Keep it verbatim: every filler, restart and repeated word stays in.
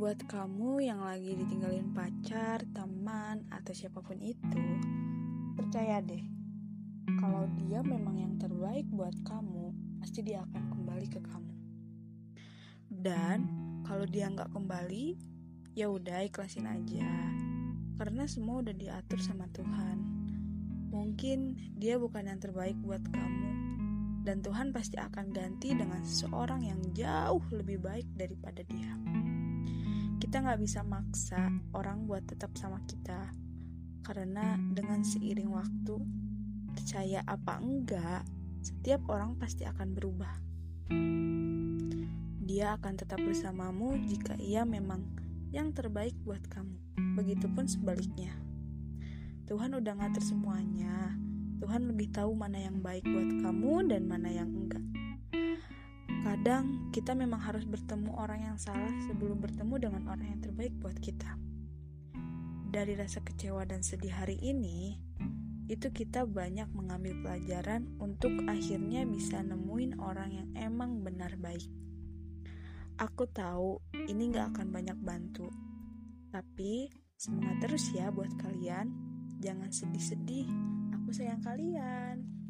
Buat kamu yang lagi ditinggalin pacar, teman, atau siapapun itu, percaya deh, kalau dia memang yang terbaik buat kamu, pasti dia akan kembali ke kamu. Dan kalau dia nggak kembali, ya udah ikhlasin aja, karena semua udah diatur sama Tuhan. Mungkin dia bukan yang terbaik buat kamu, dan Tuhan pasti akan ganti dengan seseorang yang jauh lebih baik daripada dia. Kita gak bisa maksa orang buat tetap sama kita, karena dengan seiring waktu, percaya apa enggak, setiap orang pasti akan berubah. Dia akan tetap bersamamu jika ia memang yang terbaik buat kamu. Begitupun sebaliknya. Tuhan udah ngatur semuanya. Tuhan lebih tahu mana yang baik buat kamu dan mana yang enggak. Kadang kita memang harus bertemu orang yang salah sebelum bertemu dengan orang yang terbaik buat kita. Dari rasa kecewa dan sedih hari ini, itu kita banyak mengambil pelajaran untuk akhirnya bisa nemuin orang yang emang benar baik. Aku tahu ini gak akan banyak bantu, tapi semangat terus ya buat kalian. Jangan sedih-sedih, aku sayang kalian.